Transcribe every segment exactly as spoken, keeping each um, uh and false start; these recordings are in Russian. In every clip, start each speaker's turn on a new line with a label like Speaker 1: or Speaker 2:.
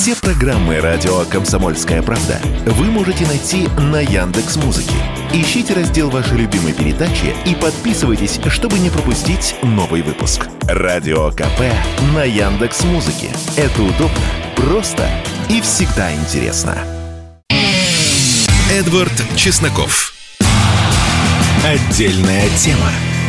Speaker 1: Все программы радио «Комсомольская правда» вы можете найти на Яндекс.Музыке. Ищите раздел вашей любимой передачи и подписывайтесь, чтобы не пропустить новый выпуск. Радио КП на Яндекс.Музыке. Это удобно, просто и всегда интересно. Эдвард Чесноков. Отдельная тема.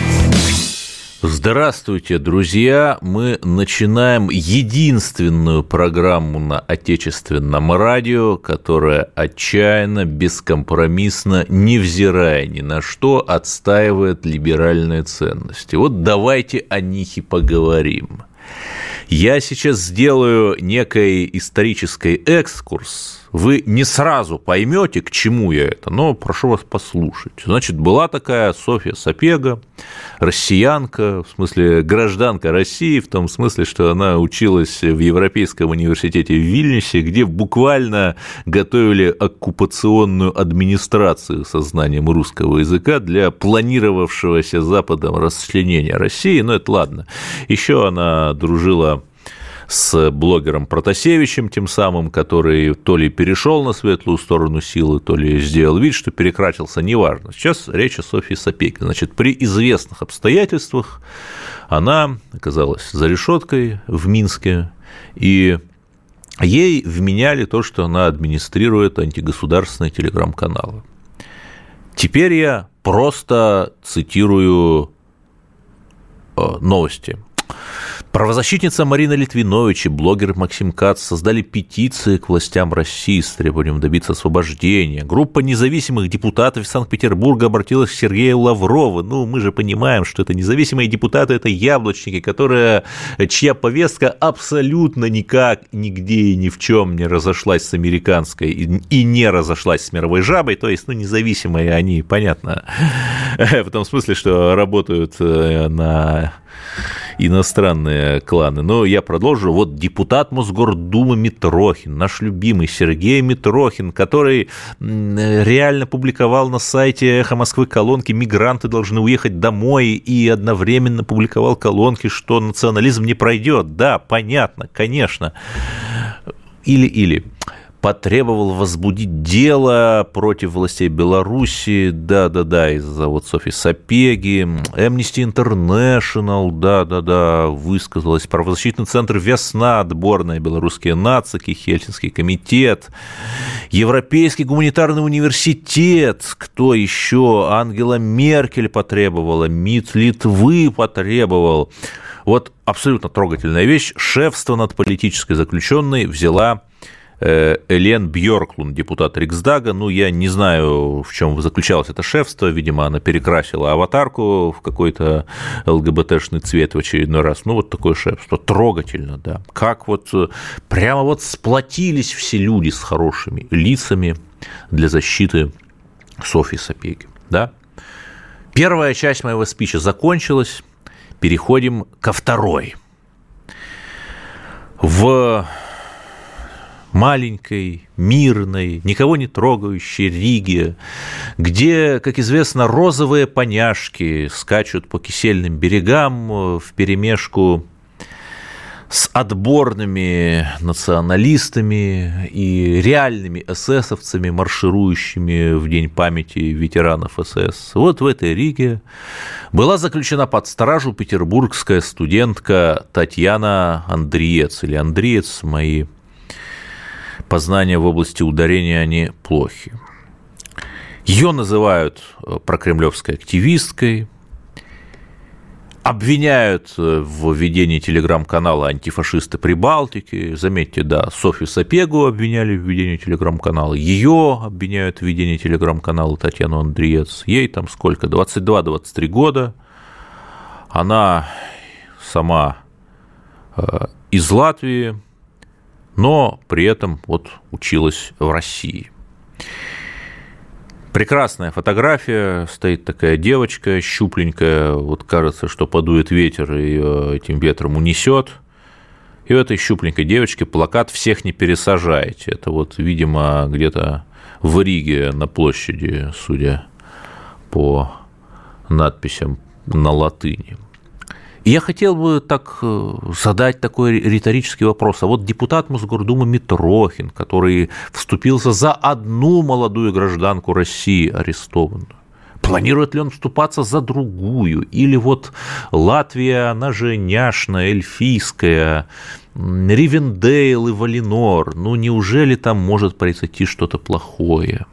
Speaker 2: Здравствуйте, друзья! Мы начинаем единственную программу на отечественном радио, которая отчаянно, бескомпромиссно, невзирая ни на что, отстаивает либеральные ценности. Вот давайте о них и поговорим. Я сейчас сделаю некий исторический экскурс. Вы не сразу поймете, к чему я это, но прошу вас послушать. Значит, была такая Софья Сапега, россиянка, в смысле гражданка России, в том смысле, что она училась в Европейском университете в Вильнюсе, где буквально готовили оккупационную администрацию со знанием русского языка для планировавшегося Западом расчленения России. Но это ладно. Еще она дружила с блогером Протасевичем, тем самым, который то ли перешел на светлую сторону силы, то ли сделал вид, что перекрасился, неважно. Сейчас речь о Софье Сапеге. Значит, при известных обстоятельствах она оказалась за решеткой в Минске, и ей вменяли то, что она администрирует антигосударственные телеграм-каналы. Теперь я просто цитирую новости. Правозащитница Марина Литвинович и блогер Максим Кац создали петиции к властям России с требованием добиться освобождения. Группа независимых депутатов из Санкт-Петербурга обратилась к Сергею Лаврову. Ну, мы же понимаем, что это независимые депутаты, это яблочники, которые, чья повестка абсолютно никак, нигде и ни в чем не разошлась с американской и, и не разошлась с мировой жабой. То есть, ну, независимые они, понятно, в том смысле, что работают на иностранные кланы. Но я продолжу. Вот депутат Мосгордумы Митрохин, наш любимый Сергей Митрохин, который реально публиковал на сайте «Эхо Москвы» колонки «Мигранты должны уехать домой», и одновременно публиковал колонки, что национализм не пройдет. Да, понятно, конечно. Или-или. Потребовал возбудить дело против властей Беларуси, да-да-да, из-за вот Софьи Сапеги, Amnesty International, да-да-да, высказалась, правозащитный центр «Весна», отборная белорусские нацики, Хельсинский комитет, Европейский гуманитарный университет, кто еще, Ангела Меркель потребовала, МИД Литвы потребовал. Вот абсолютно трогательная вещь, шефство над политической заключенной взяла Элен Бьорклунд, депутат Риксдага. Ну, я не знаю, в чем заключалось это шефство. Видимо, она перекрасила аватарку в какой-то ЛГБТшный цвет в очередной раз. Ну, вот такое шефство. Трогательно, да. Как вот прямо вот сплотились все люди с хорошими лицами для защиты Софьи Сапеги, да. Первая часть моего спича закончилась. Переходим ко второй. В маленькой, мирной, никого не трогающей Риге, где, как известно, розовые поняшки скачут по кисельным берегам вперемешку с отборными националистами и реальными эсэсовцами, марширующими в День памяти ветеранов СС. Вот в этой Риге была заключена под стражу петербургская студентка Татьяна Андриец, или Андриец, мои познания в области ударения, они плохи. Ее называют прокремлевской активисткой, обвиняют в ведении телеграм-канала антифашисты Прибалтики. Заметьте, да, Софью Сапегу обвиняли в ведении телеграм-канала, ее обвиняют в ведении телеграм-канала Татьяну Андриец. Ей там сколько? двадцать два - двадцать три года. Она сама из Латвии, но при этом вот училась в России. Прекрасная фотография, стоит такая девочка щупленькая, вот кажется, что подует ветер, и ее этим ветром унесет. И у этой щупленькой девочки плакат «Всех не пересажайте». Это вот, видимо, где-то в Риге на площади, судя по надписям на латыни. И я хотел бы так задать такой риторический вопрос. А вот депутат Мосгордумы Митрохин, который вступился за одну молодую гражданку России арестованную, планирует ли он вступаться за другую? Или вот Латвия, она же няшная, эльфийская, Ривендейл и Валинор, ну неужели там может произойти что-то плохое?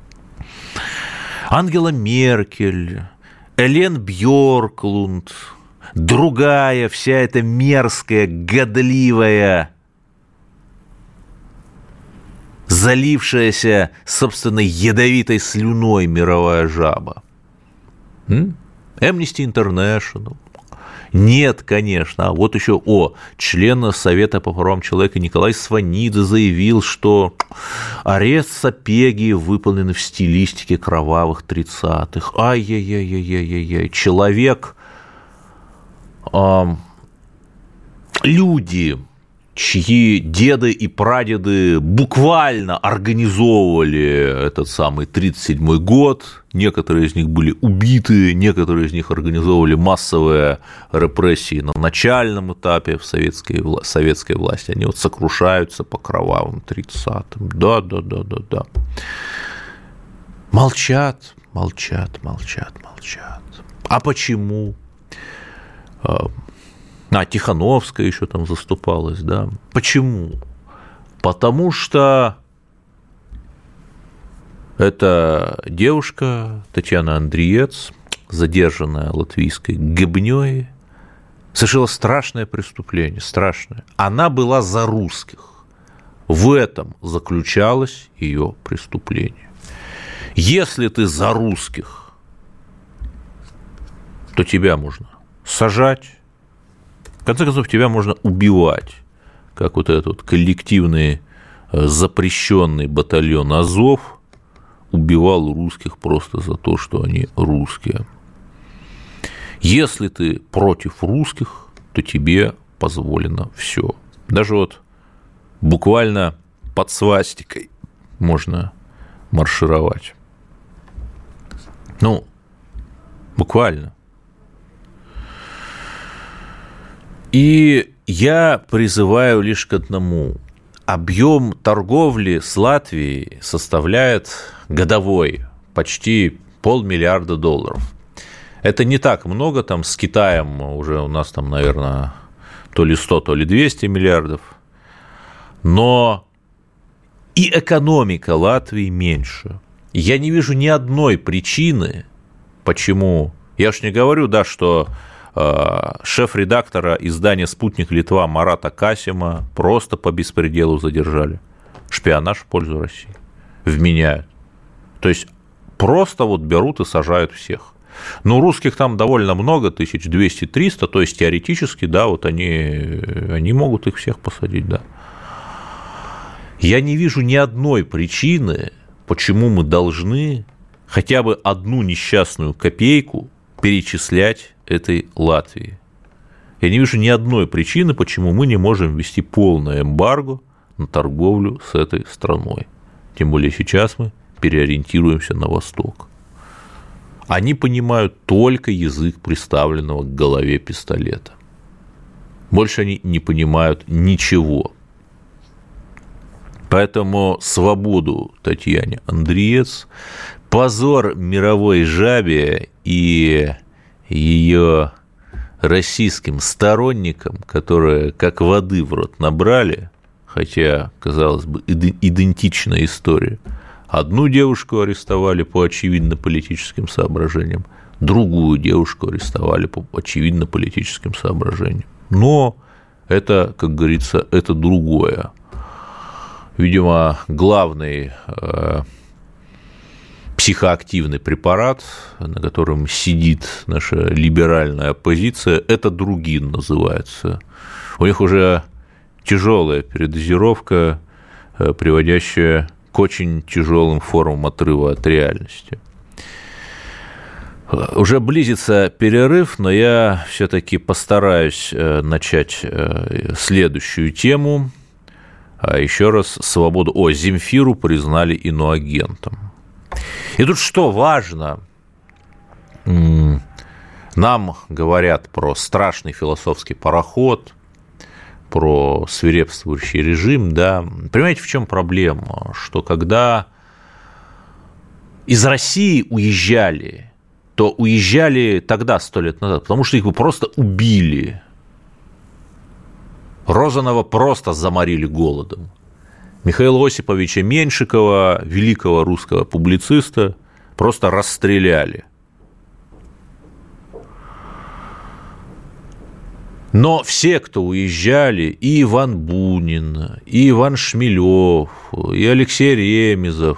Speaker 2: Ангела Меркель, Элен Бьорклунд, другая вся эта мерзкая, годливая, залившаяся собственной ядовитой слюной мировая жаба. М? Amnesty International. Нет, конечно. А вот еще, о, член Совета по правам человека Николай Сванидзе заявил, что арест Сапеги выполнен в стилистике кровавых тридцатых. Ай-яй-яй-яй-яй-яй. Человек, э, люди, чьи деды и прадеды буквально организовывали этот самый тридцать седьмой год, некоторые из них были убиты, некоторые из них организовывали массовые репрессии на начальном этапе в советской, советской власти, они вот сокрушаются по кровавым тридцатым, да-да-да-да-да. Молчат, молчат, молчат, молчат. А почему? А, Тихановская еще там заступалась, да. Почему? Потому что эта девушка, Татьяна Андриец, задержанная латвийской гыбнёй, совершила страшное преступление, страшное. Она была за русских. В этом заключалось ее преступление. Если ты за русских, то тебя можно сажать, в конце концов, тебя можно убивать, как вот этот вот коллективный запрещенный батальон Азов убивал русских просто за то, что они русские. Если ты против русских, то тебе позволено все. Даже вот буквально под свастикой можно маршировать. Ну, буквально. И я призываю лишь к одному. Объем торговли с Латвией составляет годовой почти полмиллиарда долларов. Это не так много, там с Китаем уже у нас там, наверное, то ли сто, то ли двести миллиардов. Но и экономика Латвии меньше. Я не вижу ни одной причины, почему. Я уж не говорю, да, что шеф-редактора издания «Спутник Литва» Марата Касима просто по беспределу задержали. Шпионаж в пользу России. Вменяют. То есть просто вот берут и сажают всех. Но русских там довольно много, тысяч двести-триста, то есть теоретически, да, вот они, они могут их всех посадить, да. Я не вижу ни одной причины, почему мы должны хотя бы одну несчастную копейку перечислять этой Латвии. Я не вижу ни одной причины, почему мы не можем ввести полное эмбарго на торговлю с этой страной. Тем более сейчас мы переориентируемся на восток. Они понимают только язык приставленного к голове пистолета. Больше они не понимают ничего. Поэтому свободу Татьяне Андриец, позор мировой жабе и ее российским сторонникам, которые как воды в рот набрали, хотя, казалось бы, идентичная история. Одну девушку арестовали по очевидно политическим соображениям, другую девушку арестовали по очевидно политическим соображениям. Но это, как говорится, это другое. Видимо, главный э, психоактивный препарат, на котором сидит наша либеральная оппозиция, это Другин называется. У них уже тяжелая передозировка, приводящая к очень тяжелым формам отрыва от реальности. Уже близится перерыв, но я все-таки постараюсь начать следующую тему. Еще раз, свободу... О, Земфиру признали иноагентом. И тут что важно? Нам говорят про страшный философский пароход, про свирепствующий режим, да. Понимаете, в чем проблема? Что когда из России уезжали, то уезжали тогда, сто лет назад, потому что их бы просто убили. Розанова просто заморили голодом. Михаила Осиповича Меньшикова, великого русского публициста, просто расстреляли. Но все, кто уезжали, и Иван Бунин, и Иван Шмелев, и Алексей Ремезов,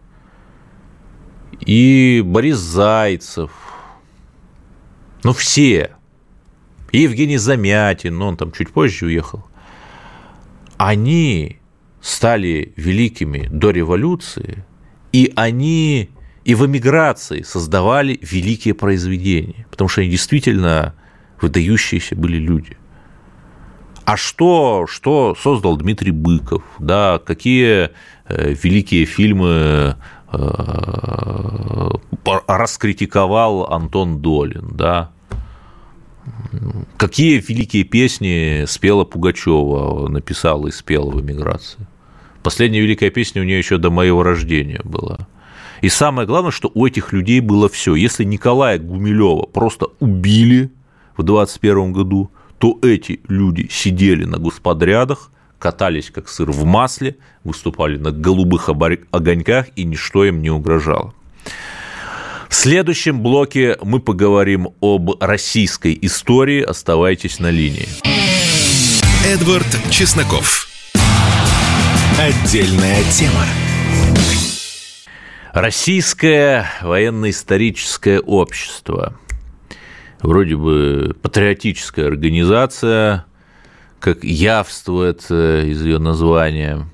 Speaker 2: и Борис Зайцев, ну все, и Евгений Замятин, ну он там чуть позже уехал, они стали великими до революции, и они и в эмиграции создавали великие произведения, потому что они действительно выдающиеся были люди. А что, что создал Дмитрий Быков, да, какие э, великие фильмы э, раскритиковал Антон Долин, да, какие великие песни спела Пугачева, написала и спела в эмиграции. Последняя великая песня у нее еще до моего рождения была. И самое главное, что у этих людей было все. Если Николая Гумилева просто убили в двадцать первом году, то эти люди сидели на господрядах, катались как сыр в масле, выступали на голубых огоньках, и ничто им не угрожало. В следующем блоке мы поговорим об российской истории. Оставайтесь на линии.
Speaker 1: Эдвард Чесноков. Отдельная тема.
Speaker 2: Российское военно-историческое общество. Вроде бы патриотическая организация, как явствует из ее названия,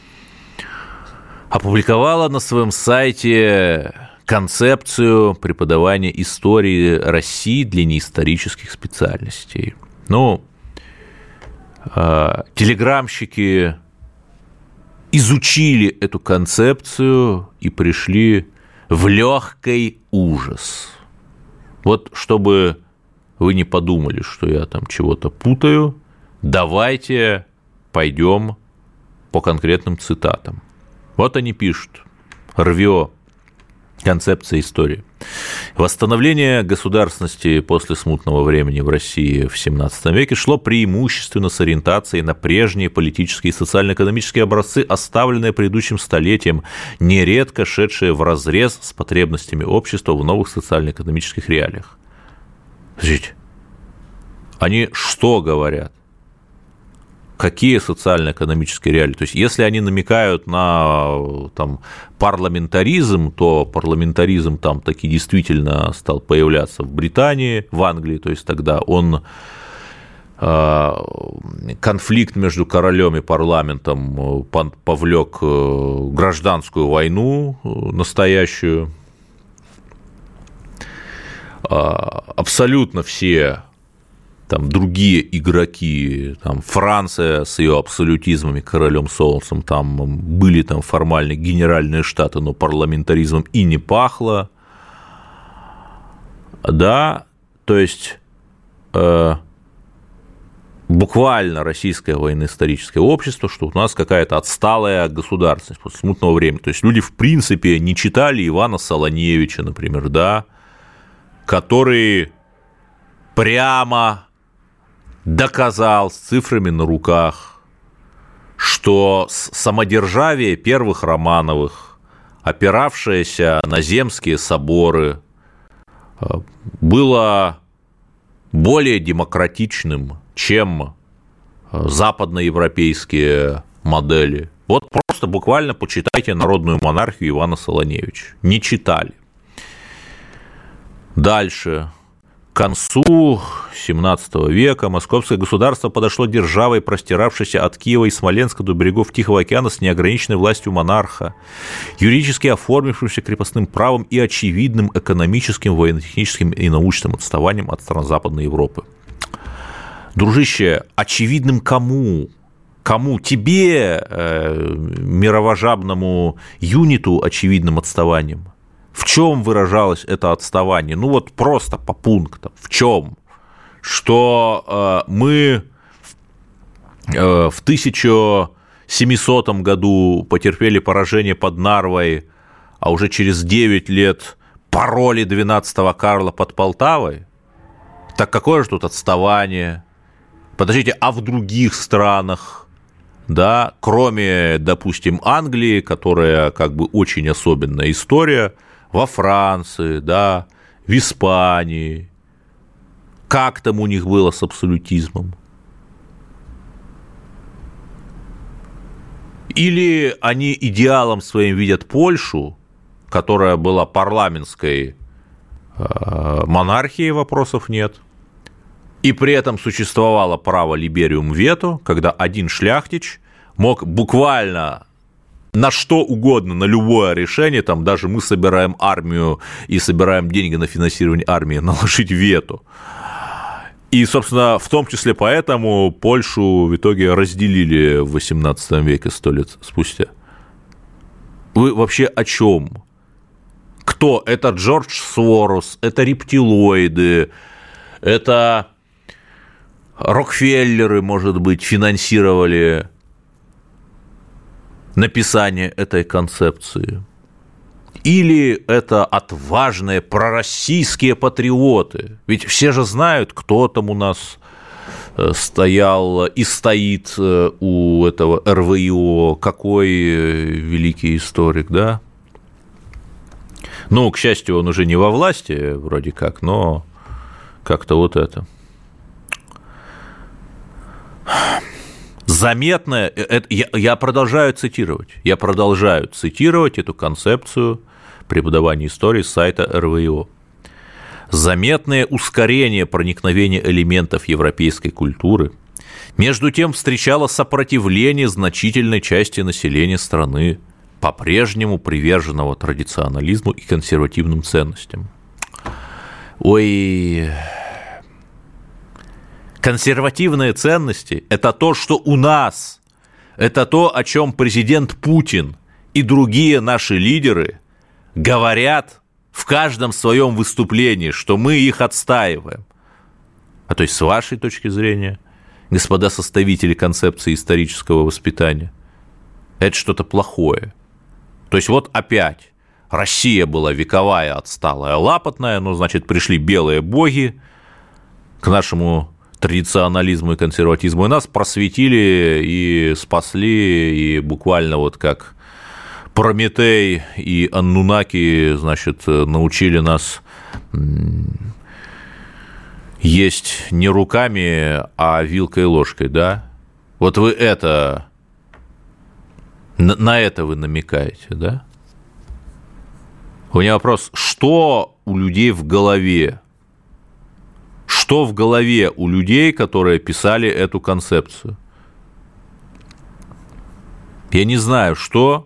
Speaker 2: опубликовала на своем сайте концепцию преподавания истории России для неисторических специальностей. Ну, телеграмщики изучили эту концепцию и пришли в легкий ужас. Вот чтобы вы не подумали, что я там чего-то путаю, давайте пойдем по конкретным цитатам. Вот они пишут. РВО. Концепция истории. Восстановление государственности после смутного времени в России в семнадцатом веке шло преимущественно с ориентацией на прежние политические и социально-экономические образцы, оставленные предыдущим столетием, нередко шедшие вразрез с потребностями общества в новых социально-экономических реалиях. Смотрите, они что говорят? Какие социально-экономические реалии? То есть, если они намекают на там, парламентаризм, то парламентаризм там таки действительно стал появляться в Британии, в Англии, то есть тогда он конфликт между королем и парламентом повлек гражданскую войну настоящую. Абсолютно все там другие игроки, там Франция с ее абсолютизмами, королем Солнцем, там были там формально генеральные штаты, но парламентаризмом и не пахло, да, то есть э, буквально российское военно-историческое общество, что у нас какая-то отсталая государственность после смутного времени, то есть люди в принципе не читали Ивана Солоневича, например, да, который прямо доказал с цифрами на руках, что самодержавие первых Романовых, опиравшееся на земские соборы, было более демократичным, чем западноевропейские модели. Вот просто буквально почитайте «Народную монархию» Ивана Солоневича. Не читали. Дальше. К концу семнадцатого века московское государство подошло державой, простиравшейся от Киева и Смоленска до берегов Тихого океана с неограниченной властью монарха, юридически оформившимся крепостным правом и очевидным экономическим, военно-техническим и научным отставанием от стран Западной Европы. Дружище, очевидным кому? Кому? Тебе, э, мировожабному юниту, очевидным отставанием? В чем выражалось это отставание? Ну вот просто по пунктам. В чем? Что э, мы э, в тысяча семисотом году потерпели поражение под Нарвой, а уже через девять лет пороли двенадцатого Карла под Полтавой? Так какое же тут отставание? Подождите, а в других странах, да, кроме, допустим, Англии, которая как бы очень особенная история, во Франции, да, в Испании, как там у них было с абсолютизмом? Или они идеалом своим видят Польшу, которая была парламентской э, монархией, вопросов нет, и при этом существовало право либериум вето, когда один шляхтич мог буквально на что угодно, на любое решение, там даже мы собираем армию и собираем деньги на финансирование армии, наложить вето. И, собственно, в том числе поэтому Польшу в итоге разделили в восемнадцатом веке, сто лет спустя. Вы вообще о чем? Кто? Это Джордж Сорос, это рептилоиды, это Рокфеллеры, может быть, финансировали написание этой концепции. Или это отважные пророссийские патриоты. Ведь все же знают, кто там у нас стоял и стоит у этого эр вэ и о, какой великий историк, да? Ну, к счастью, он уже не во власти, вроде как, но как-то вот это. Заметное, я, я продолжаю цитировать, я продолжаю цитировать эту концепцию преподавания истории с сайта эр вэ и о. Заметное ускорение проникновения элементов европейской культуры между тем встречало сопротивление значительной части населения страны, по-прежнему приверженного традиционализму и консервативным ценностям. Ой... Консервативные ценности – это то, что у нас, это то, о чем президент Путин и другие наши лидеры говорят в каждом своем выступлении, что мы их отстаиваем. А то есть, с вашей точки зрения, господа составители концепции исторического воспитания, это что-то плохое. То есть, вот опять, Россия была вековая, отсталая, лапотная, ну, значит, пришли белые боги к нашему традиционализму и консерватизму, и нас просветили и спасли, и буквально вот как Прометей и Аннунаки, значит, научили нас есть не руками, а вилкой и ложкой, да? Вот вы это, на это вы намекаете, да? У меня вопрос, что у людей в голове? Что в голове у людей, которые писали эту концепцию? Я не знаю, что.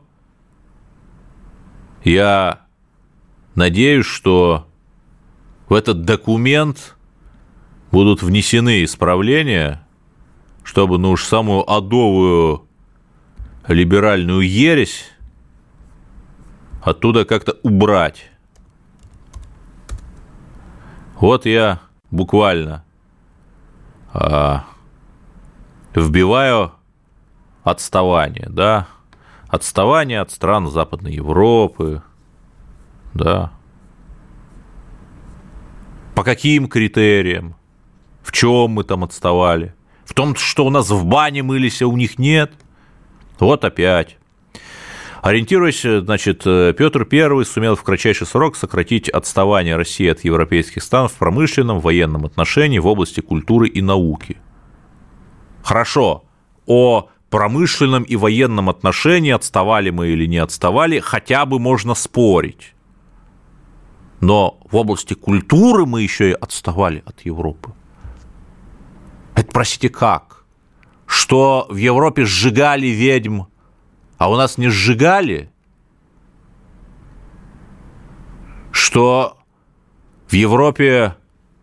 Speaker 2: Я надеюсь, что в этот документ будут внесены исправления, чтобы, ну уж самую адовую либеральную ересь оттуда как-то убрать. Вот я буквально а, вбиваю отставание, да, отставание от стран Западной Европы, да. По каким критериям? В чем мы там отставали? В том, что у нас в бане мылись, а у них нет? Вот опять. Ориентируясь, значит, Петр Первый сумел в кратчайший срок сократить отставание России от европейских стран в промышленном, военном отношении, в области культуры и науки. Хорошо, о промышленном и военном отношении, отставали мы или не отставали, хотя бы можно спорить. Но в области культуры мы еще и отставали от Европы. Это, простите, как? Что в Европе сжигали ведьм, а у нас не сжигали? Что в Европе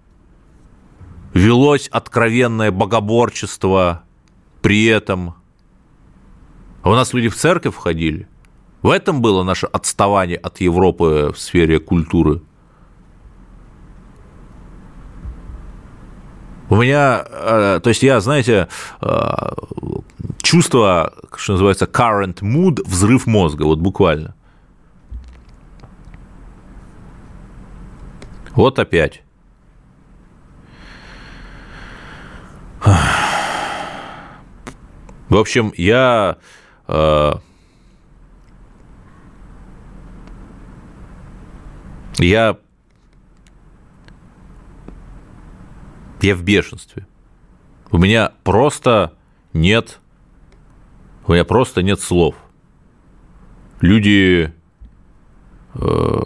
Speaker 2: велось откровенное богоборчество при этом, а у нас люди в церковь ходили? В этом было наше отставание от Европы в сфере культуры. У меня, то есть я, знаете, чувство, что называется, current mood, взрыв мозга, вот буквально. Вот опять. В общем, я... Я... Я в бешенстве. У меня просто нет... У меня просто нет слов. Люди... Э,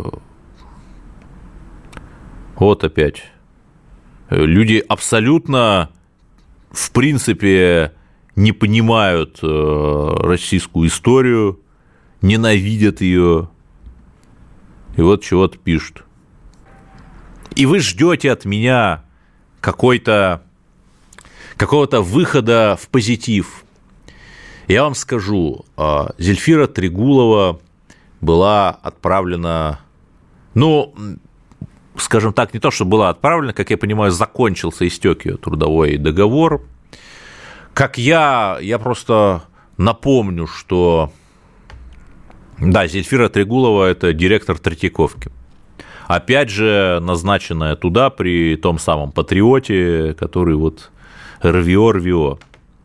Speaker 2: вот опять. Люди абсолютно, в принципе, не понимают э, российскую историю, ненавидят ее. И вот чего-то пишут. И вы ждете от меня какой-то, какого-то выхода в позитив. Я вам скажу, Зельфира Трегулова была отправлена, ну, скажем так, не то, что была отправлена, как я понимаю, закончился, истек ее трудовой договор. Как я, я просто напомню, что, да, Зельфира Трегулова – это директор Третьяковки. Опять же, назначенная туда при том самом патриоте, который вот рвио-рвио.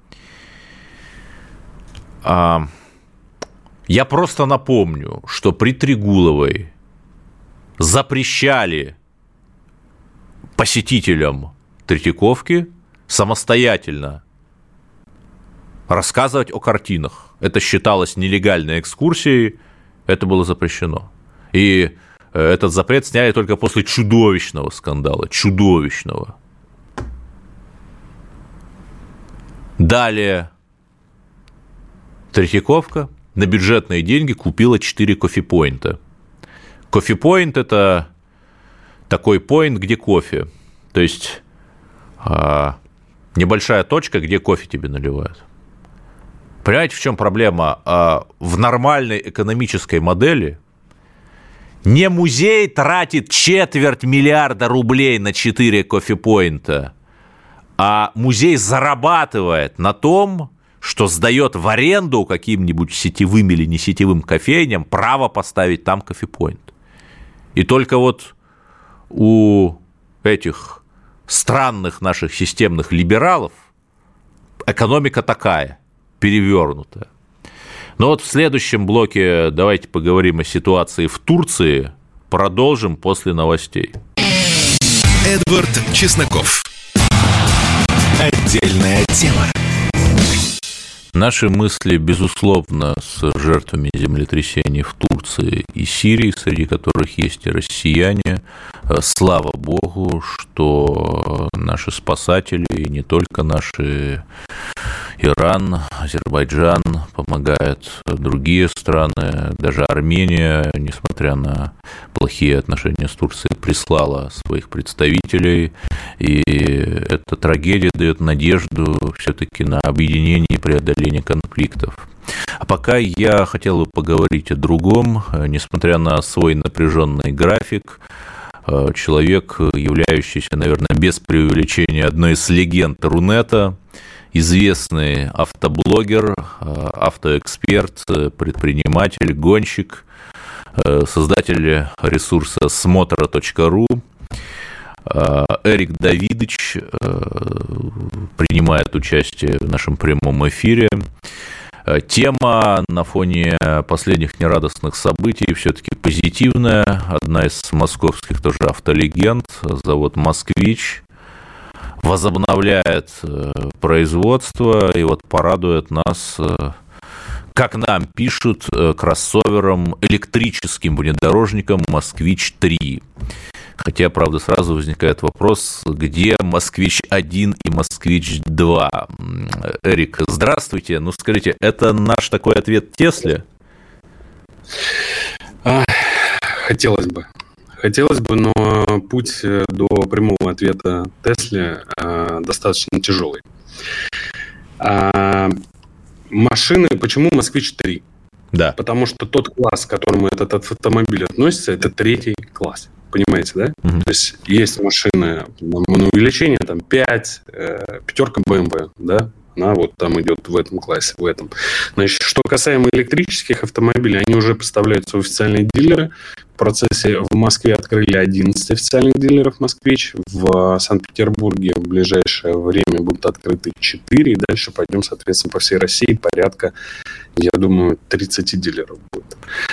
Speaker 2: Я просто напомню, что при Трегуловой запрещали посетителям Третьяковки самостоятельно рассказывать о картинах. Это считалось нелегальной экскурсией, это было запрещено. И этот запрет сняли только после чудовищного скандала, чудовищного. Далее Третьяковка на бюджетные деньги купила четыре кофе-поинта. Кофе-поинт – это такой поинт, где кофе. То есть небольшая точка, где кофе тебе наливают. Понимаете, в чем проблема? В нормальной экономической модели не музей тратит четверть миллиарда рублей на четыре кофе-поинта, а музей зарабатывает на том, что сдает в аренду каким-нибудь сетевым или не сетевым кофейням право поставить там кофе-поинт. И только вот у этих странных наших системных либералов экономика такая, перевернутая. Но вот в следующем блоке давайте поговорим о ситуации в Турции. Продолжим после новостей.
Speaker 1: Эдвард Чесноков. Отдельная тема.
Speaker 2: Наши мысли, безусловно, с жертвами землетрясений в Турции и Сирии, среди которых есть и россияне. Слава богу, что наши спасатели, и не только наши, Иран, Азербайджан помогают, другие страны, даже Армения, несмотря на плохие отношения с Турцией, прислала своих представителей, и эта трагедия дает надежду все-таки на объединение и преодоление конфликтов. А пока я хотел бы поговорить о другом. Несмотря на свой напряженный график, человек, являющийся, наверное, без преувеличения одной из легенд Рунета, известный автоблогер, автоэксперт, предприниматель, гонщик, создатель ресурса смотра точка ру, Эрик Давидыч принимает участие в нашем прямом эфире. Тема на фоне последних нерадостных событий все-таки позитивная. Одна из московских тоже автолегенд, завод «Москвич», возобновляет производство и вот порадует нас, как нам пишут, кроссовером, электрическим внедорожником «Москвич три». Хотя, правда, сразу возникает вопрос, где «Москвич один» и «Москвич два». Эрик, здравствуйте. Ну, скажите, это наш такой ответ Тесле?
Speaker 3: Хотелось бы. Хотелось бы, но путь до прямого ответа Тесле достаточно тяжелый. Машины, почему «Москвич три»?
Speaker 2: Да.
Speaker 3: Потому что тот класс, к которому этот автомобиль относится, это третий класс. Понимаете, да? Угу. То есть есть машины на увеличение, там, пять, э, пятерка бэ эм вэ, да? Она вот там идет в этом классе, в этом. Значит, что касаемо электрических автомобилей, они уже поставляются в официальные дилеры. В процессе в Москве открыли одиннадцать официальных дилеров «Москвич». В Санкт-Петербурге в ближайшее время будут открыты четыре. И дальше пойдем, соответственно, по всей России. Порядка, я думаю, тридцать дилеров будет.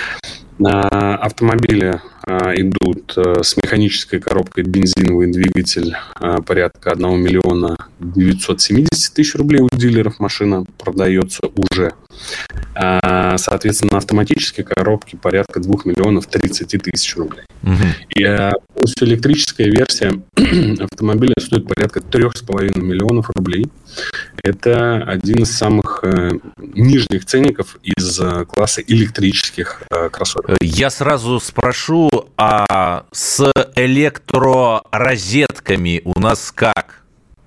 Speaker 3: Автомобили идут с механической коробкой, бензиновый двигатель, порядка один миллион девятьсот семьдесят тысяч рублей у дилеров машина продается уже. Соответственно, на автоматической коробке порядка два миллиона тридцать тысяч рублей. Угу. И полностью электрическая версия автомобиля стоит порядка три с половиной миллионов рублей. Это один из самых нижних ценников из класса электрических кроссоверов.
Speaker 2: Я сразу спрошу, а с электророзетками у нас как?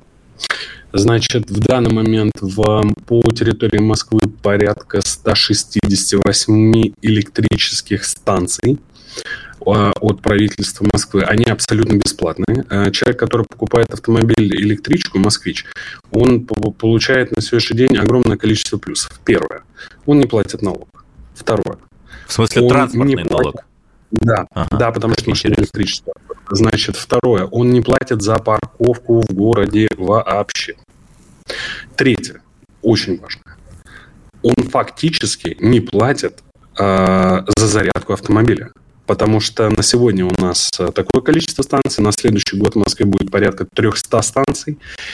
Speaker 3: Значит, в данный момент в, по территории Москвы порядка сто шестьдесят восемь электрических станций от правительства Москвы. Они абсолютно бесплатные. Человек, который покупает автомобиль электричку, москвич, он получает на сегодняшний день огромное количество плюсов. Первое. Он не платит налог. Второе.
Speaker 2: В смысле, он транспортный налог?
Speaker 3: Да, ага, да, потому что машина электричество. Значит, второе. Он не платит за парковку в городе вообще. Третье. Очень важно. Он фактически не платит э, за зарядку автомобиля. Потому что на сегодня у нас такое количество станций, на следующий год в Москве будет порядка триста станций,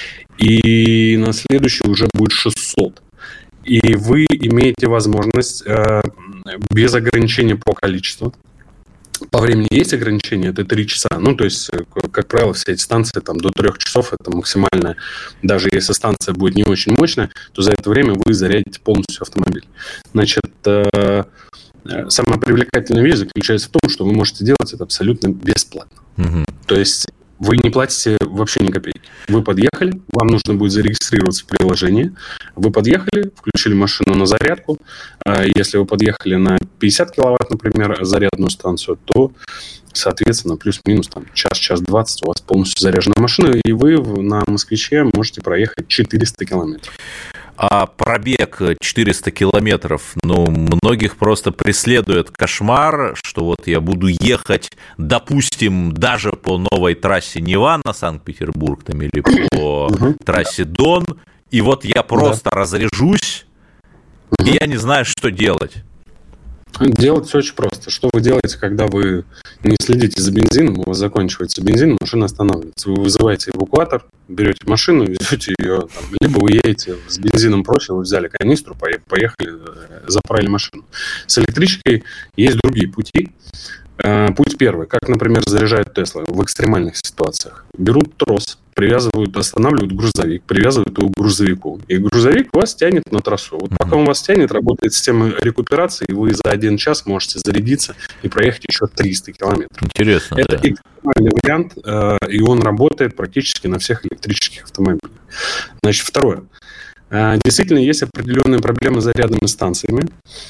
Speaker 3: и на следующий уже будет шестьсот. И вы имеете возможность э, без ограничения по количеству. По времени есть ограничения, это три часа. Ну, то есть, как правило, все эти станции там, до трех часов, это максимально. Даже если станция будет не очень мощная, то за это время вы зарядите полностью автомобиль. Значит, э, самая привлекательная вещь заключается в том, что вы можете делать это абсолютно бесплатно. Угу. То есть вы не платите вообще ни копейки. Вы подъехали, вам нужно будет зарегистрироваться в приложении. Вы подъехали, включили машину на зарядку. Если вы подъехали на пятьдесят киловатт, например, зарядную станцию, то, соответственно, плюс-минус там, час-час двадцать у вас полностью заряжена машина, и вы на «Москвиче» можете проехать четыреста километров.
Speaker 2: А пробег четыреста километров, ну, многих просто преследует кошмар, что вот я буду ехать, допустим, даже по новой трассе Нева на Санкт-Петербург там, или по трассе Дон, и вот я просто да. разряжусь, и я не знаю, что делать.
Speaker 3: Делать все очень просто. Что вы делаете, когда вы не следите за бензином, у вас заканчивается бензин, машина останавливается. Вы вызываете эвакуатор, берете машину, везете ее, там, либо вы едете с бензином проще, вы взяли канистру, поехали, заправили машину. С электричкой есть другие пути. Путь первый, как, например, заряжают Теслы в экстремальных ситуациях. Берут трос, привязывают, останавливают грузовик, привязывают его к грузовику. И грузовик вас тянет на трассу. Вот пока он вас тянет, работает система рекуперации, и вы за один час можете зарядиться и проехать еще триста километров.
Speaker 2: Интересно,
Speaker 3: Это
Speaker 2: да.
Speaker 3: экстремальный вариант, и он работает практически на всех электрических автомобилях. Значит, второе. Действительно, есть определенные проблемы с зарядными станциями.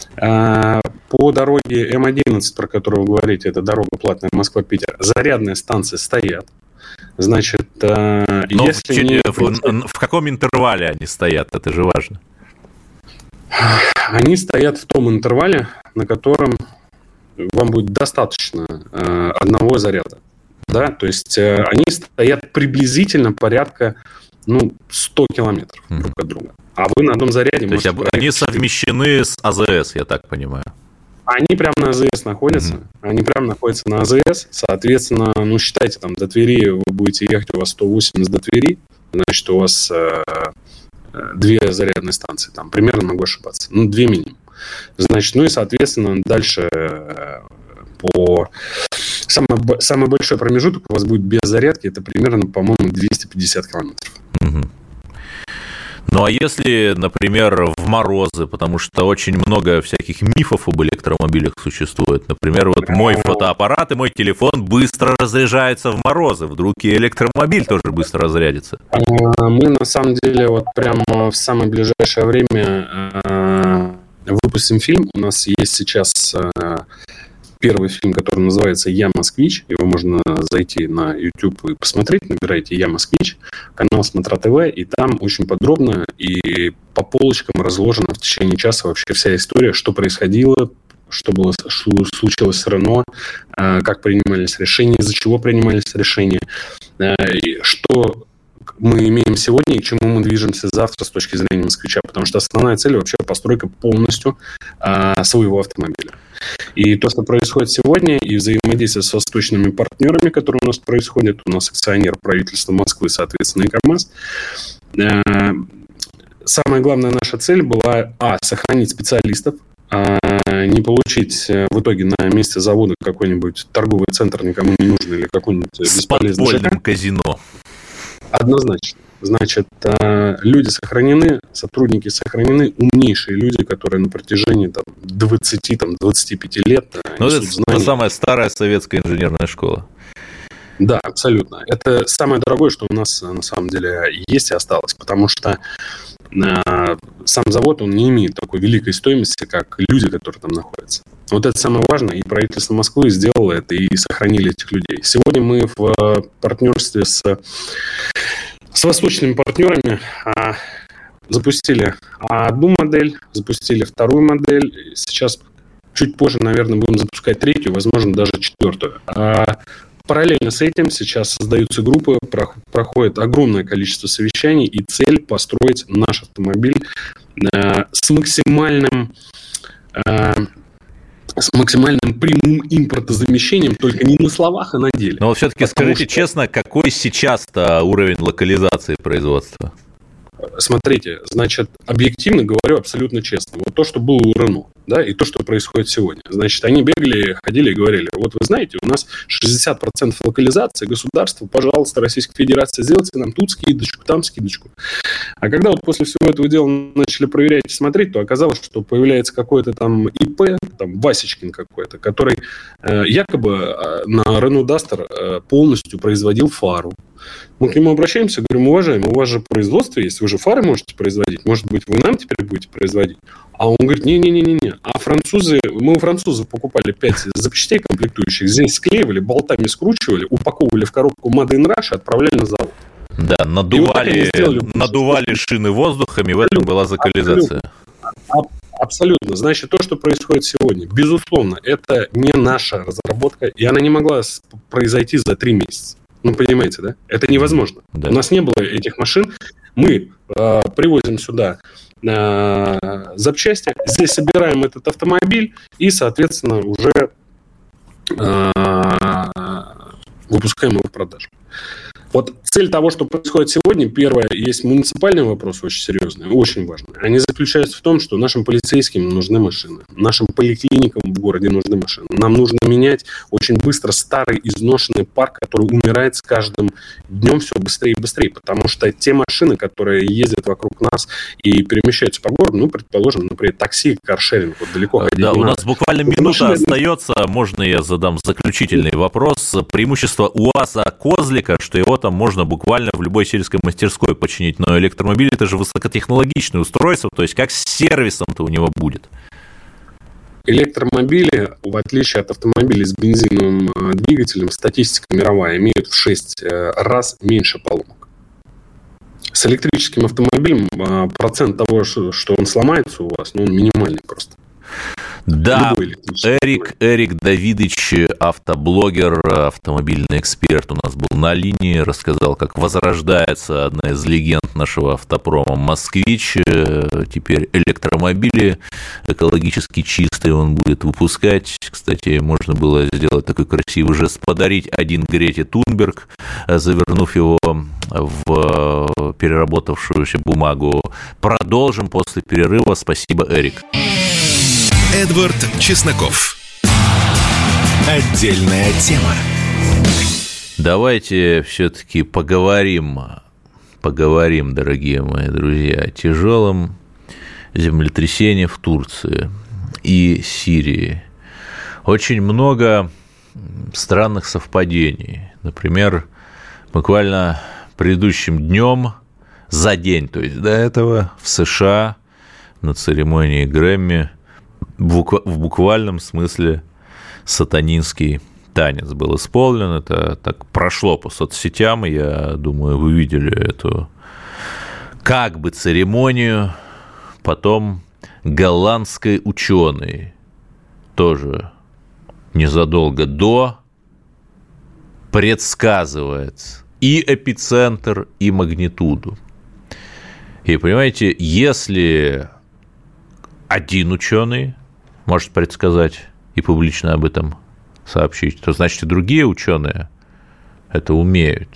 Speaker 3: По дороге эм одиннадцать, про которую вы говорите, это дорога платная Москва-Питер, зарядные станции стоят. Значит,
Speaker 2: Но
Speaker 3: если
Speaker 2: в,
Speaker 3: не...
Speaker 2: в, в каком интервале они стоят, это же важно.
Speaker 3: Они стоят в том интервале, на котором вам будет достаточно одного заряда. Да? То есть они стоят приблизительно порядка ну, сто километров mm-hmm. друг от друга. А вы на одном заряде...
Speaker 2: То есть они совмещены с а зэ эс, я так понимаю?
Speaker 3: Они прямо на а зэ эс находятся. Mm-hmm. Они прямо находятся на а зэ эс. Соответственно, ну, считайте, там, до Твери вы будете ехать, у вас сто восемьдесят до Твери. Значит, у вас э, две зарядные станции. Там, примерно могу ошибаться. Ну, две минимум. Значит, ну и, соответственно, дальше э, по... Самый, самый большой промежуток у вас будет без зарядки. Это примерно, по-моему, двести пятьдесят километров.
Speaker 2: Угу. Ну, а если, например, в морозы, потому что очень много всяких мифов об электромобилях существует. Например, вот мой фотоаппарат и мой телефон быстро разряжаются в морозы. Вдруг и электромобиль тоже быстро разрядится.
Speaker 3: Мы, на самом деле, вот прямо в самое ближайшее время выпустим фильм. У нас есть сейчас первый фильм, который называется «Я москвич». Его можно зайти на YouTube и посмотреть. Набирайте «Я москвич», канал Смотра ТВ, и там очень подробно и по полочкам разложена в течение часа вообще вся история, что происходило, что было, что случилось с Рено, как принимались решения, из-за чего принимались решения, что мы имеем сегодня и к чему мы движемся завтра с точки зрения москвича, потому что основная цель вообще постройка полностью а, своего автомобиля. И то, что происходит сегодня, и взаимодействие с восточными партнерами, которые у нас происходят, у нас акционер правительства Москвы, соответственно, и КамАЗ. А, самая главная наша цель была, а, сохранить специалистов, а не получить в итоге на месте завода какой-нибудь торговый центр никому не нужный или какой-нибудь бесполезный
Speaker 2: с подпольным казино.
Speaker 3: Однозначно. Значит, люди сохранены, сотрудники сохранены, умнейшие люди, которые на протяжении там, двадцати-двадцати пяти лет...
Speaker 2: Ну, это та самая старая советская инженерная школа.
Speaker 3: Да, абсолютно. Это самое дорогое, что у нас на самом деле есть и осталось, потому что э, сам завод, он не имеет такой великой стоимости, как люди, которые там находятся. Вот это самое важное, и правительство Москвы сделало это и сохранили этих людей. Сегодня мы в партнерстве с, с восточными партнерами а, запустили одну модель, запустили вторую модель, сейчас чуть позже, наверное, будем запускать третью, возможно, даже четвертую. А, Параллельно с этим сейчас создаются группы, проходит огромное количество совещаний, и цель построить наш автомобиль э, с максимальным, э, с максимальным прямым импортозамещением, только не на словах, а на деле.
Speaker 2: Но вот все-таки
Speaker 3: Потому
Speaker 2: скажите
Speaker 3: что...
Speaker 2: честно, какой сейчас-то уровень локализации производства?
Speaker 3: Смотрите, значит, объективно говорю абсолютно честно. Вот то, что было у Рено, да, и то, что происходит сегодня. Значит, они бегали, ходили и говорили, вот вы знаете, у нас шестьдесят процентов локализации, государство, пожалуйста, Российская Федерация, сделайте нам тут скидочку, там скидочку. А когда вот после всего этого дела начали проверять и смотреть, то оказалось, что появляется какой-то там ИП, там Васечкин какой-то, который э, якобы э, на Renault Duster э, полностью производил фару. Мы к нему обращаемся, говорим, уважаемый, у вас же производство есть, вы же фары можете производить, может быть, вы нам теперь будете производить? А он говорит, не-не-не-не, а французы, мы у французов покупали пять запчастей комплектующих, здесь склеивали, болтами скручивали, упаковывали в коробку Made in Russia, отправляли на завод.
Speaker 2: Да, надували, вот надували шины воздухами, в этом была локализация.
Speaker 3: Абсолютно. Абсолютно. Значит, то, что происходит сегодня, безусловно, это не наша разработка, и она не могла произойти за три месяца. Ну, понимаете, да? Это невозможно. Да. У нас не было этих машин. Мы э, привозим сюда э, запчасти, здесь собираем этот автомобиль и, соответственно, уже э, выпускаем его в продажу. Вот цель того, что происходит сегодня, первое, есть муниципальный вопрос очень серьезный, очень важный. Они заключаются в том, что нашим полицейским нужны машины, нашим поликлиникам в городе нужны машины. Нам нужно менять очень быстро старый изношенный парк, который умирает с каждым днем все быстрее и быстрее, потому что те машины, которые ездят вокруг нас и перемещаются по городу, ну, предположим, например, такси, каршеринг, вот далеко ходить
Speaker 2: да,
Speaker 3: не
Speaker 2: у
Speaker 3: надо.
Speaker 2: нас буквально минута машины... остается, можно я задам заключительный вопрос. Преимущество УАЗа Козлика, что его там можно буквально в любой сельской мастерской починить, но электромобиль это же высокотехнологичное устройство, то есть как с сервисом-то у него будет?
Speaker 3: Электромобили, в отличие от автомобилей с бензиновым двигателем, статистика мировая, имеют в шесть раз меньше поломок. С электрическим автомобилем процент того, что он сломается у вас, ну, он минимальный просто.
Speaker 2: Да, Эрик, Эрик Давидович, автоблогер, автомобильный эксперт у нас был на линии, рассказал, как возрождается одна из легенд нашего автопрома «Москвич». Теперь электромобили экологически чистые он будет выпускать. Кстати, можно было сделать такой красивый жест, подарить один Грете Тунберг, завернув его в переработавшуюся бумагу. Продолжим после перерыва. Спасибо, Эрик.
Speaker 1: Эдвард Чесноков. Отдельная тема.
Speaker 2: Давайте все-таки поговорим, поговорим, дорогие мои друзья, о тяжелом землетрясении в Турции и Сирии. Очень много странных совпадений. Например, буквально предыдущим днем, за день, то есть до этого, в США на церемонии Грэмми в буквальном смысле сатанинский танец был исполнен. Это так прошло по соцсетям, я думаю, вы видели эту как бы церемонию. Потом голландский ученый тоже незадолго до предсказывает и эпицентр, и магнитуду. И понимаете, если один ученый может предсказать и публично об этом сообщить, то значит и другие ученые это умеют.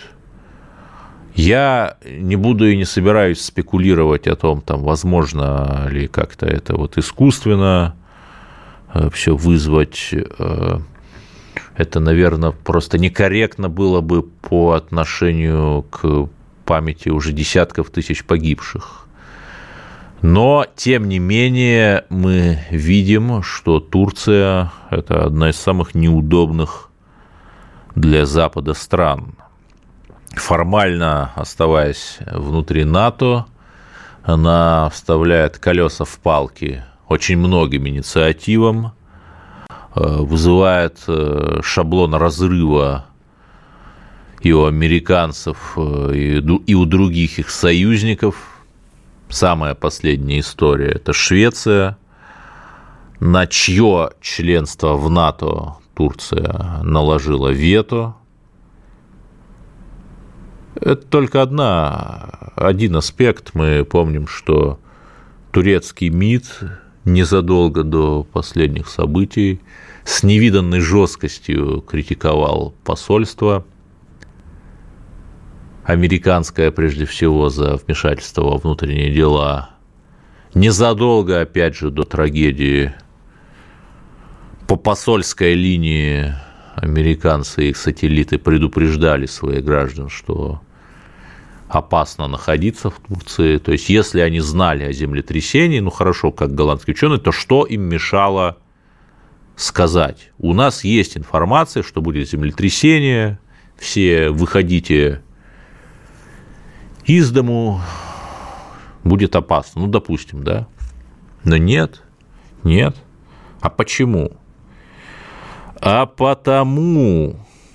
Speaker 2: Я не буду и не собираюсь спекулировать о том, там, возможно ли как-то это вот искусственно все вызвать. Это, наверное, просто некорректно было бы по отношению к памяти уже десятков тысяч погибших. Но, тем не менее, мы видим, что Турция – это одна из самых неудобных для Запада стран. Формально оставаясь внутри НАТО, она вставляет колеса в палки очень многим инициативам, вызывает шаблон разрыва и у американцев, и у других их союзников. Самая последняя история – это Швеция, на чье членство в НАТО Турция наложила вето. Это только одна, один аспект. Мы помним, что турецкий МИД незадолго до последних событий с невиданной жесткостью критиковал посольство американское, прежде всего, за вмешательство во внутренние дела. Незадолго, опять же, до трагедии по посольской линии американцы и их сателлиты предупреждали своих граждан, что опасно находиться в Турции. То есть, если они знали о землетрясении, ну, хорошо, как голландские ученые, то что им мешало сказать? У нас есть информация, что будет землетрясение, все выходите из дому, будет опасно. Ну, допустим, да? Но нет, нет. А почему? А потому,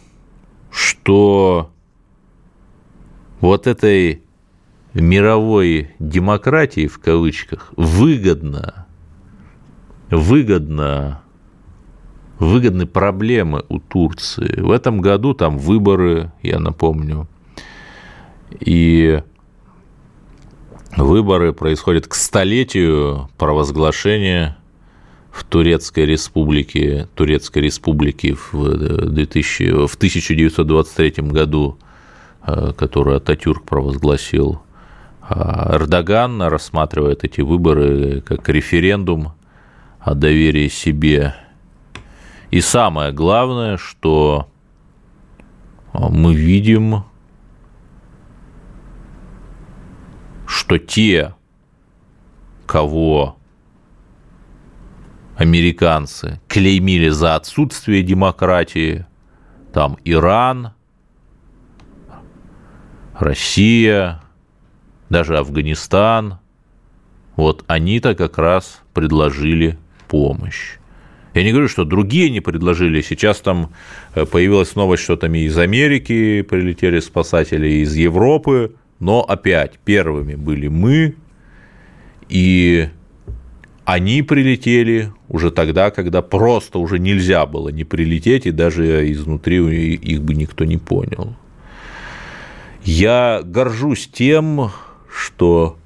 Speaker 2: что вот этой мировой демократии, в кавычках, выгодно, выгодно, выгодны проблемы у Турции. В этом году там выборы, я напомню, и выборы происходят к столетию провозглашения в Турецкой республике, Турецкой республики в, две тысячи, в тысяча девятьсот двадцать третьем году, которую Ататюрк провозгласил. Эрдоган рассматривает эти выборы как референдум о доверии себе. И самое главное, что мы видим, что те, кого американцы клеймили за отсутствие демократии, там Иран, Россия, даже Афганистан, вот они-то как раз предложили помощь. Я не говорю, что другие не предложили. Сейчас там появилась новость, что там и из Америки прилетели спасатели, и из Европы, но опять первыми были мы, и они прилетели уже тогда, когда просто уже нельзя было не прилететь, и даже изнутри их бы никто не понял. Я горжусь тем, что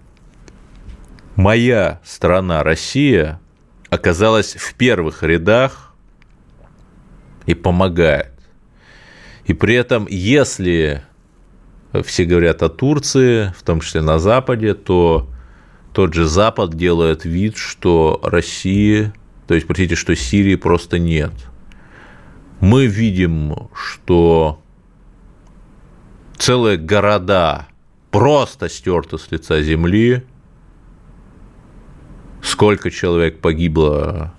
Speaker 2: моя страна, Россия, оказалась в первых рядах и помогает. И при этом, если все говорят о Турции, в том числе на Западе, то тот же Запад делает вид, что России, то есть, простите, что Сирии просто нет. Мы видим, что целые города просто стерты с лица земли. Сколько человек погибло,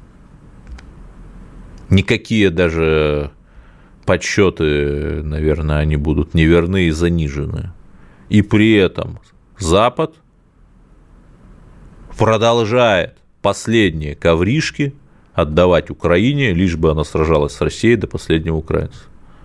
Speaker 2: никакие даже подсчеты, наверное, они будут неверны и занижены. И при этом Запад продолжает последние ковришки отдавать Украине, лишь бы она сражалась с Россией до последнего украинца.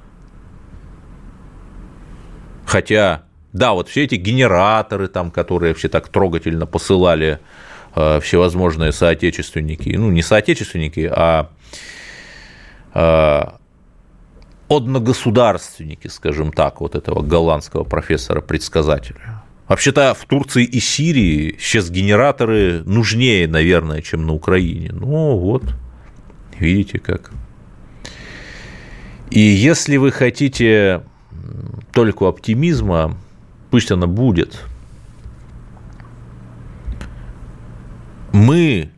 Speaker 2: Хотя, да, вот все эти генераторы, там, которые все так трогательно посылали э, всевозможные соотечественники, ну, не соотечественники, а э, одногосударственники, скажем так, вот этого голландского профессора-предсказателя. Вообще-то в Турции и Сирии сейчас генераторы нужнее, наверное, чем на Украине. Ну, вот, видите как. И если вы хотите только оптимизма, пусть она будет. Мы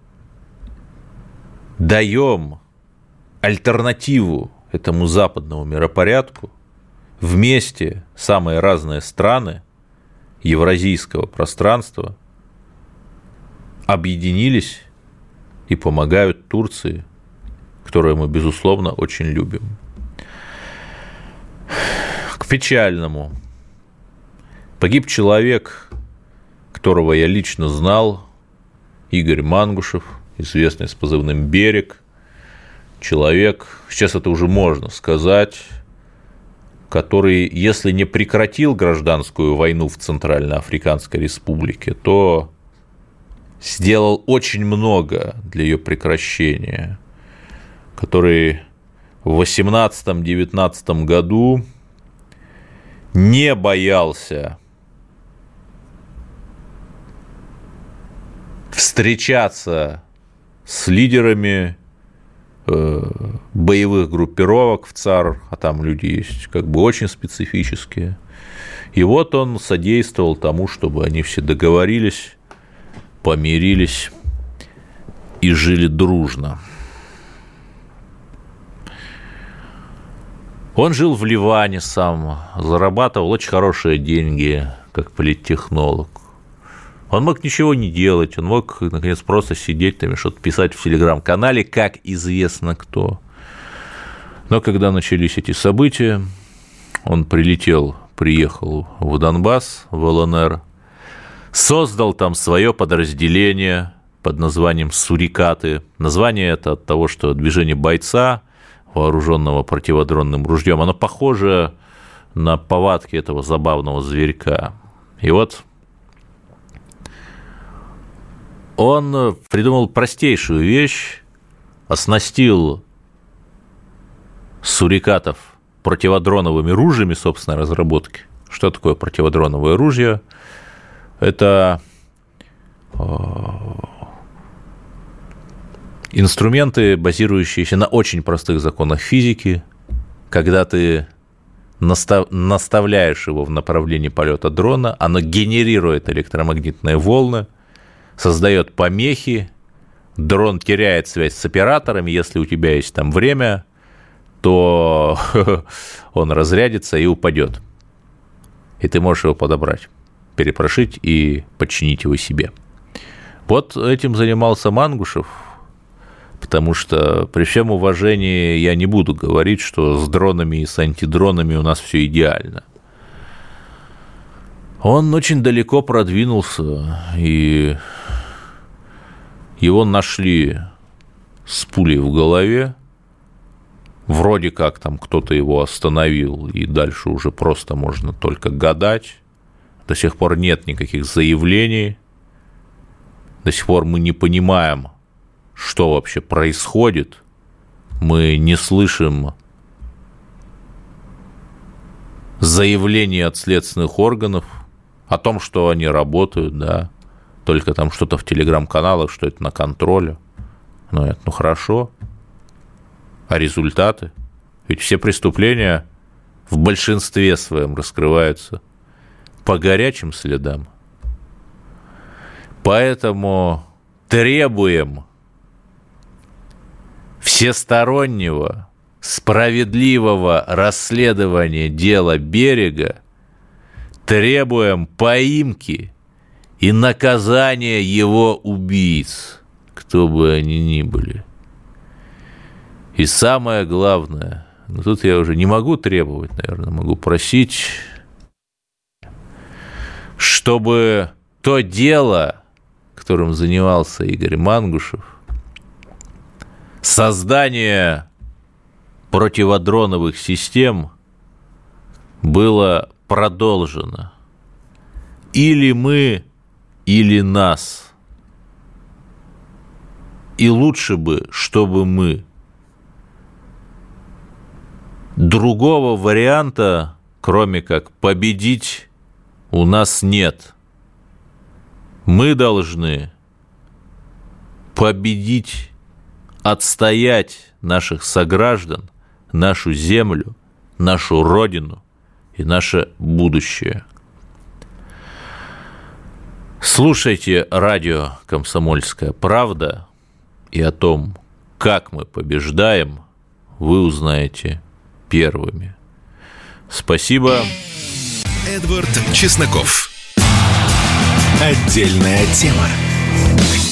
Speaker 2: даем альтернативу этому западному миропорядку. Вместе самые разные страны евразийского пространства объединились и помогают Турции, которую мы, безусловно, очень любим. К печальному. Погиб человек, которого я лично знал, Игорь Мангушев, известный с позывным «Берег». Человек, сейчас это уже можно сказать, который, если не прекратил гражданскую войну в Центральноафриканской Республике, то сделал очень много для ее прекращения, который в восемнадцатом-девятнадцатом году не боялся встречаться с лидерами э, боевых группировок в ЦАР, а там люди есть как бы очень специфические. И вот он содействовал тому, чтобы они все договорились, помирились и жили дружно. Он жил в Ливане сам, зарабатывал очень хорошие деньги, как политтехнолог. Он мог ничего не делать, он мог, наконец, просто сидеть там и что-то писать в телеграм-канале, как известно кто. Но когда начались эти события, он прилетел, приехал в Донбасс, в ЛНР, создал там свое подразделение под названием «Сурикаты». Название это от того, что движение бойца, вооруженного противодронным ружьем, оно похоже на повадки этого забавного зверька. И вот он придумал простейшую вещь, оснастил сурикатов противодроновыми ружьями собственной разработки. Что такое противодроновое ружье? Это инструменты, базирующиеся на очень простых законах физики, когда ты наставляешь его в направлении полета дрона, оно генерирует электромагнитные волны, создает помехи, дрон теряет связь с операторами, если у тебя есть там время, то он разрядится и упадет. И ты можешь его подобрать, перепрошить и подчинить его себе. Вот этим занимался Мангушев, потому что при всем уважении я не буду говорить, что с дронами и с антидронами у нас все идеально. Он очень далеко продвинулся, и его нашли с пулей в голове. Вроде как там кто-то его остановил, и дальше уже просто можно только гадать. До сих пор нет никаких заявлений. До сих пор мы не понимаем, что вообще происходит. Мы не слышим заявлений от следственных органов о том, что они работают, да, только там что-то в телеграм-каналах, что это на контроле. Ну, это, ну, хорошо. А результаты? Ведь все преступления в большинстве своем раскрываются по горячим следам. Поэтому требуем всестороннего, справедливого расследования дела Берега, требуем поимки и наказания его убийц, кто бы они ни были. И самое главное, ну тут я уже не могу требовать, наверное, могу просить, чтобы то дело, которым занимался Игорь Мангушев, создание противодроновых систем было продолжено. Или мы, или нас. И лучше бы, чтобы мы. Другого варианта, кроме как победить, у нас нет. Мы должны победить, отстоять наших сограждан, нашу землю, нашу родину и наше будущее. Слушайте радио «Комсомольская правда», и о том, как мы побеждаем, вы узнаете первыми. Спасибо.
Speaker 1: Эдвард Чесноков. Отдельная тема.